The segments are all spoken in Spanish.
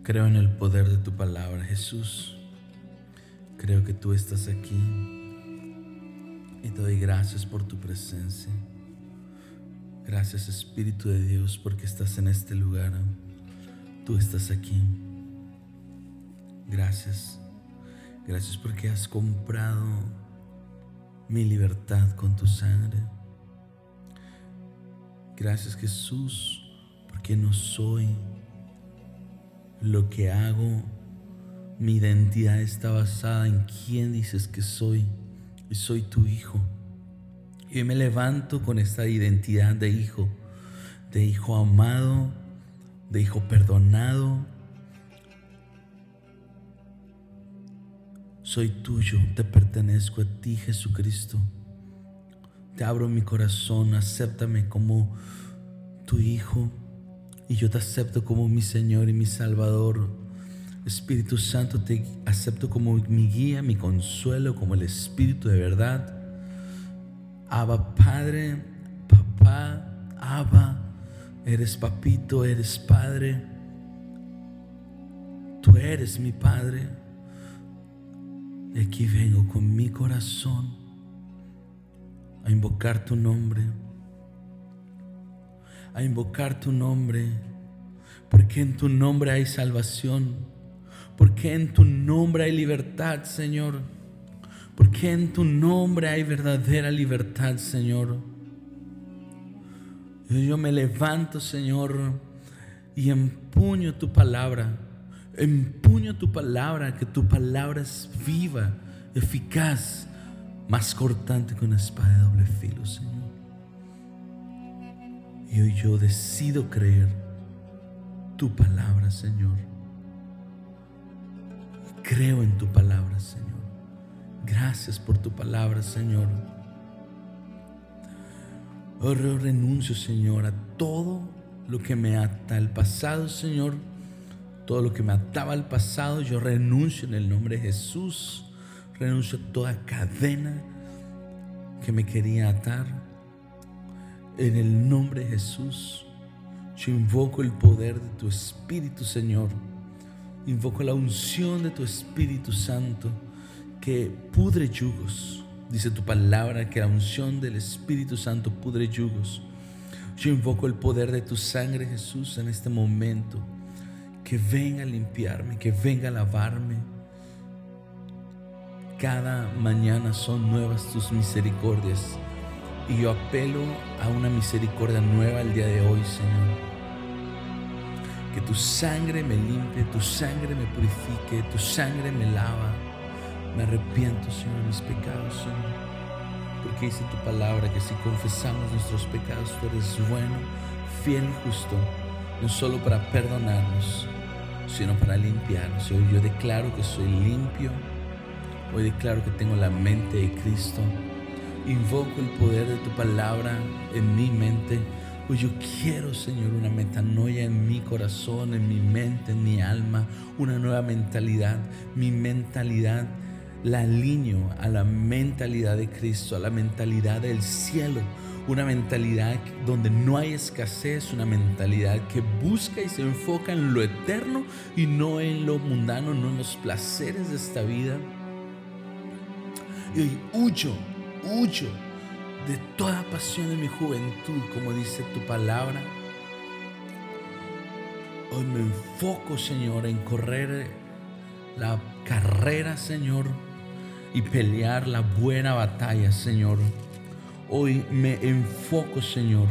Creo en el poder de tu palabra, Jesús. Creo que tú estás aquí y te doy gracias por tu presencia. Gracias, Espíritu de Dios, porque estás en este lugar. Tú estás aquí. Gracias. Gracias porque has comprado mi libertad con tu sangre. Gracias, Jesús, porque no soy lo que hago. Mi identidad está basada en quién dices que soy, y soy tu hijo. Y hoy me levanto con esta identidad de hijo amado, de hijo perdonado. Soy tuyo, te pertenezco a ti, Jesucristo. Te abro mi corazón, acéptame como tu hijo y yo te acepto como mi Señor y mi Salvador. Espíritu Santo, te acepto como mi guía, mi consuelo, como el Espíritu de verdad. Abba, Padre, papá, Abba, eres papito, eres Padre. Tú eres mi Padre. Y aquí vengo con mi corazón a invocar tu nombre, porque en tu nombre hay salvación, porque en tu nombre hay libertad, Señor, porque en tu nombre hay verdadera libertad, Señor. Yo me levanto, Señor, y empuño tu palabra, que tu palabra es viva, eficaz, más cortante que una espada de doble filo, Señor. Y hoy yo decido creer tu palabra, Señor. Creo en tu palabra, Señor. Gracias por tu palabra, Señor. Hoy yo renuncio, Señor, a todo lo que me ata al pasado, Señor. Todo lo que me ataba al pasado, yo renuncio en el nombre de Jesús. Renuncio a toda cadena que me quería atar. En el nombre de Jesús, yo invoco el poder de tu Espíritu, Señor. Invoco la unción de tu Espíritu Santo que pudre yugos. Dice tu palabra que la unción del Espíritu Santo pudre yugos. Yo invoco el poder de tu sangre, Jesús, en este momento. Que venga a limpiarme, que venga a lavarme. Cada mañana son nuevas tus misericordias y yo apelo a una misericordia nueva el día de hoy, Señor. Que tu sangre me limpie, tu sangre me purifique, tu sangre me lava. Me arrepiento, Señor, de mis pecados, Señor. Porque dice tu palabra que si confesamos nuestros pecados, tú eres bueno, fiel y justo, no solo para perdonarnos, sino para limpiarnos. Hoy yo declaro que soy limpio. Hoy declaro que tengo la mente de Cristo. Invoco el poder de tu palabra en mi mente. Hoy yo quiero, Señor, una metanoia en mi corazón, en mi mente, en mi alma. Una nueva mentalidad. Mi mentalidad la alineo a la mentalidad de Cristo, a la mentalidad del cielo. Una mentalidad donde no hay escasez, una mentalidad que busca y se enfoca en lo eterno y no en lo mundano, no en los placeres de esta vida. Y hoy huyo de toda pasión de mi juventud, como dice tu palabra. Hoy me enfoco, Señor, en correr la carrera, Señor, y pelear la buena batalla, Señor. Hoy me enfoco, Señor.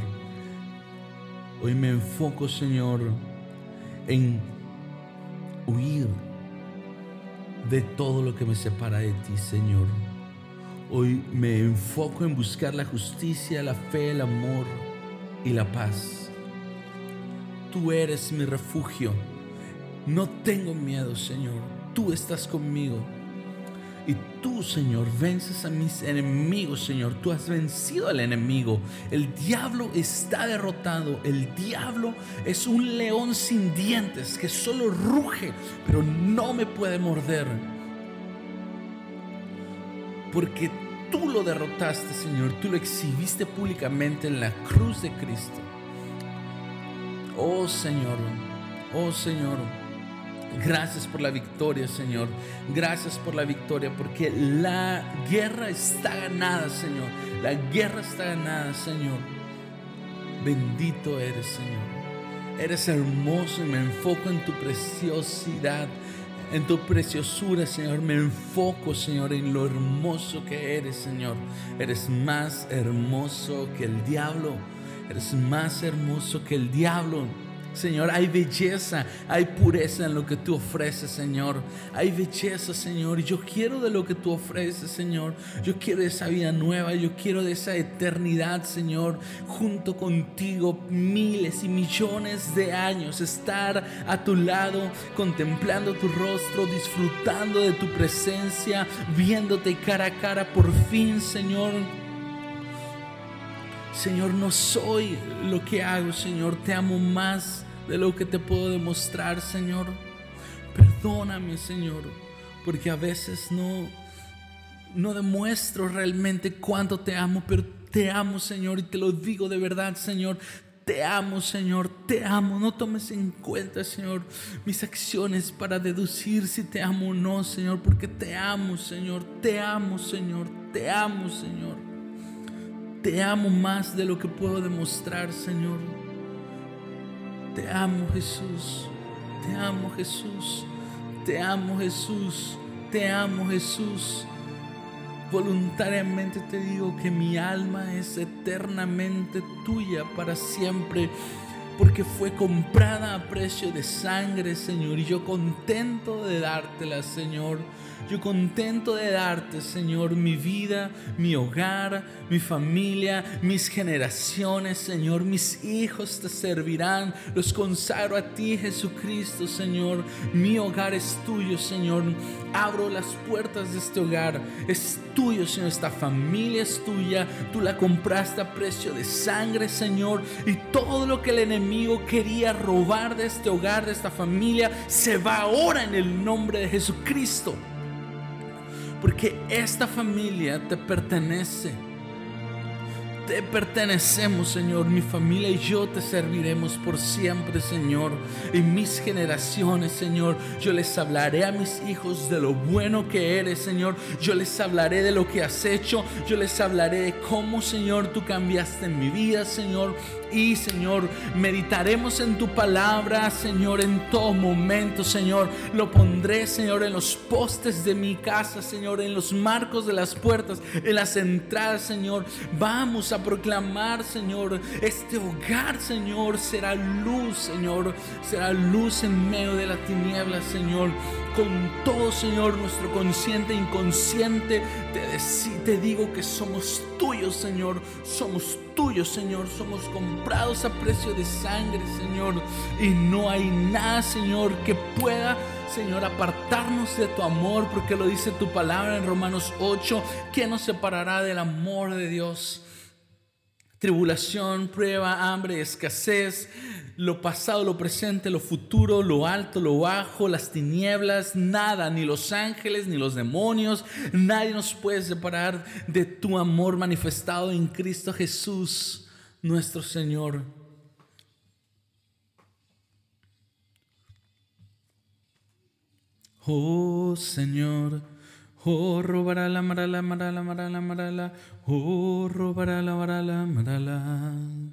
En huir de todo lo que me separa de ti, Señor. Hoy me enfoco en buscar la justicia, la fe, el amor y la paz. Tú eres mi refugio. No tengo miedo, Señor. Tú estás conmigo. Y tú, Señor, vences a mis enemigos, Señor. Tú has vencido al enemigo. El diablo está derrotado. El diablo es un león sin dientes que solo ruge, pero no me puede morder. Porque tú lo derrotaste, Señor. Tú lo exhibiste públicamente en la cruz de Cristo. Oh Señor, Gracias por la victoria, Señor. Gracias por la victoria, porque la guerra está ganada, Señor. La guerra está ganada, Señor. Bendito eres, Señor. Eres hermoso y me enfoco en tu preciosidad, en tu preciosura, Señor. Me enfoco, Señor, en lo hermoso que eres, Señor. Eres más hermoso que el diablo. Eres más hermoso que el diablo. Señor, hay belleza, hay pureza en lo que tú ofreces, Señor. Hay belleza, Señor, y yo quiero de lo que tú ofreces, Señor. Yo quiero de esa vida nueva, yo quiero de esa eternidad, Señor, junto contigo, miles y millones de años, estar a tu lado, contemplando tu rostro, disfrutando de tu presencia, viéndote cara a cara por fin, Señor. Señor, no soy lo que hago, Señor. Te amo más de lo que te puedo demostrar, Señor. Perdóname, Señor, porque a veces no demuestro realmente cuánto te amo, pero te amo, Señor, y te lo digo de verdad, Señor. Te amo, Señor, te amo. No tomes en cuenta, Señor, mis acciones para deducir si te amo o no, Señor, porque te amo, Señor. Te amo, Señor. Te amo, Señor. Te amo más de lo que puedo demostrar, Señor. Te amo, Jesús. Te amo, Jesús. Te amo, Jesús. Te amo, Jesús. Voluntariamente te digo que mi alma es eternamente tuya para siempre, porque fue comprada a precio de sangre, Señor. Y yo contento de dártela, Señor. Yo contento de darte, Señor, mi vida, mi hogar, mi familia, mis generaciones, Señor. Mis hijos te servirán. Los consagro a ti, Jesucristo, Señor. Mi hogar es tuyo, Señor. Abro las puertas de este hogar. Es tuyo, Señor. Esta familia es tuya. Tú la compraste a precio de sangre, Señor. Y todo lo que el enemigo quería robar de este hogar, de esta familia, se va ahora en el nombre de Jesucristo. Porque esta familia te pertenece. Te pertenecemos, Señor. Mi familia y yo te serviremos por siempre, Señor. En mis generaciones, Señor, yo les hablaré a mis hijos de lo bueno que eres, Señor. Yo les hablaré de lo que has hecho. Yo les hablaré de cómo, Señor, tú cambiaste en mi vida, Señor. Y, Señor, meditaremos en tu palabra, Señor, en todo momento, Señor. Lo pondré, Señor, en los postes de mi casa, Señor, en los marcos de las puertas, en las entradas, Señor. Vamos a proclamar, Señor, este hogar, Señor, será luz, Señor. Será luz en medio de la tiniebla, Señor. Con todo, Señor, nuestro consciente e inconsciente, te digo que somos tuyos, Señor. Somos tuyos, Señor. Somos comprados a precio de sangre, Señor. Y no hay nada, Señor, que pueda, Señor, apartarnos de tu amor, porque lo dice tu palabra en Romanos 8, que nos separará del amor de Dios. Tribulación, prueba, hambre, escasez, lo pasado, lo presente, lo futuro, lo alto, lo bajo, las tinieblas, nada, ni los ángeles, ni los demonios, nadie nos puede separar de tu amor manifestado en Cristo Jesús, nuestro Señor. Oh Señor, oh robará la marala, marala, marala, marala, oh robará la marala, marala.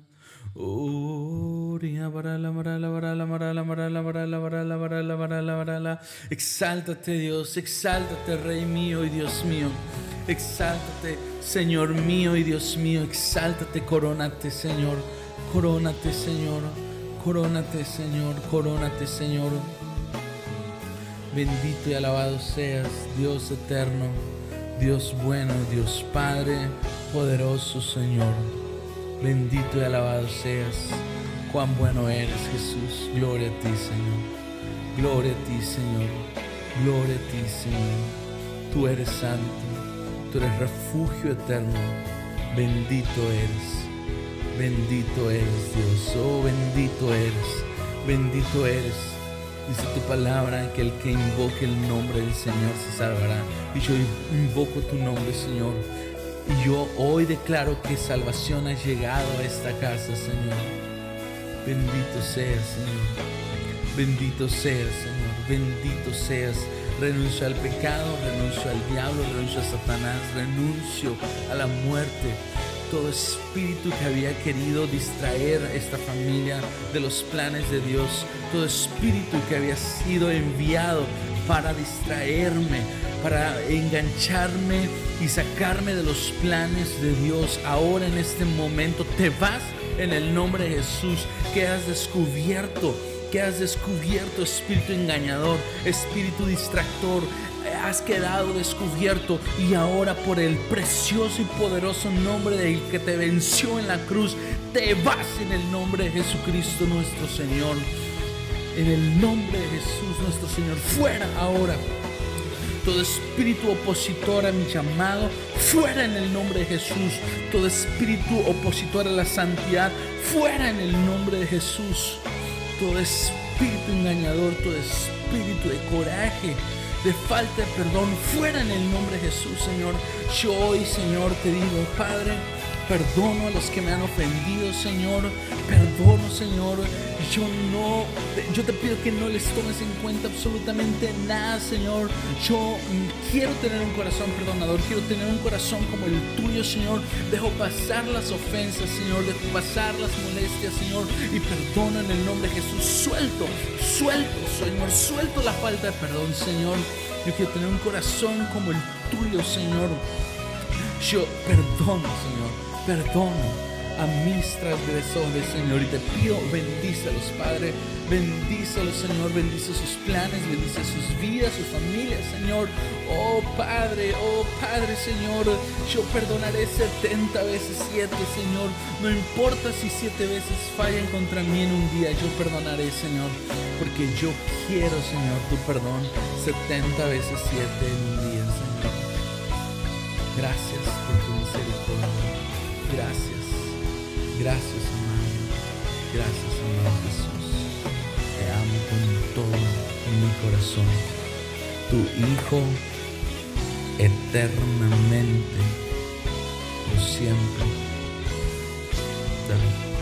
Oh, barala, marala, marala, marala, marala, marala, marala, marala, marala, marala. Exáltate, Dios, exáltate, Rey mío y Dios mío. Exáltate, Señor mío y Dios mío. Exáltate, corónate, Señor. Corónate, Señor. Corónate, Señor. Corónate, Señor. Bendito y alabado seas, Dios eterno, Dios bueno, Dios Padre poderoso, Señor. Bendito y alabado seas. Cuán bueno eres, Jesús. Gloria a ti, Señor. Gloria a ti, Señor. Gloria a ti, Señor. Tú eres santo. Tú eres refugio eterno. Bendito eres. Bendito eres, Dios. Oh, bendito eres. Bendito eres. Dice tu palabra que el que invoque el nombre del Señor se salvará. Y yo invoco tu nombre, Señor. Y yo hoy declaro que salvación ha llegado a esta casa, Señor. Bendito seas, Señor. Bendito seas, Señor, bendito seas. Renuncio al pecado, renuncio al diablo, renuncio a Satanás, renuncio a la muerte. Todo espíritu que había querido distraer a esta familia de los planes de Dios, todo espíritu que había sido enviado para distraerme, para engancharme y sacarme de los planes de Dios, ahora en este momento te vas en el nombre de Jesús. Quedas descubierto, espíritu engañador, espíritu distractor. Has quedado descubierto, y ahora por el precioso y poderoso nombre del que te venció en la cruz, te vas en el nombre de Jesucristo nuestro Señor. En el nombre de Jesús nuestro Señor, fuera ahora. Todo espíritu opositor a mi llamado, fuera en el nombre de Jesús. Todo espíritu opositor a la santidad, fuera en el nombre de Jesús. Todo espíritu engañador, todo espíritu de coraje, de falta de perdón, fuera en el nombre de Jesús, Señor. Yo hoy, Señor, te digo, Padre, perdono a los que me han ofendido, Señor. Perdono, Señor. Yo te pido que no les tomes en cuenta absolutamente nada, Señor. Yo quiero tener un corazón perdonador, quiero tener un corazón como el tuyo, Señor. Dejo pasar las ofensas, Señor, dejo pasar las molestias, Señor, y perdono en el nombre de Jesús. Suelto, Señor, suelto la falta de perdón, Señor. Yo quiero tener un corazón como el tuyo, Señor. Yo perdono, Señor, perdono a mis transgresores, Señor, y te pido, bendícelos, Padre, bendícelos, Señor, bendice sus planes, bendice sus vidas, sus familias, Señor. Oh Padre, Señor, yo perdonaré 70 veces 7, Señor. No importa si 7 veces fallan contra mí en un día, yo perdonaré, Señor, porque yo quiero, Señor, tu perdón 70 veces 7 en un día, Señor. Gracias por tu misericordia. Gracias, amado. Gracias, amado Jesús. Te amo con todo mi corazón. Tu Hijo, eternamente, por siempre. David.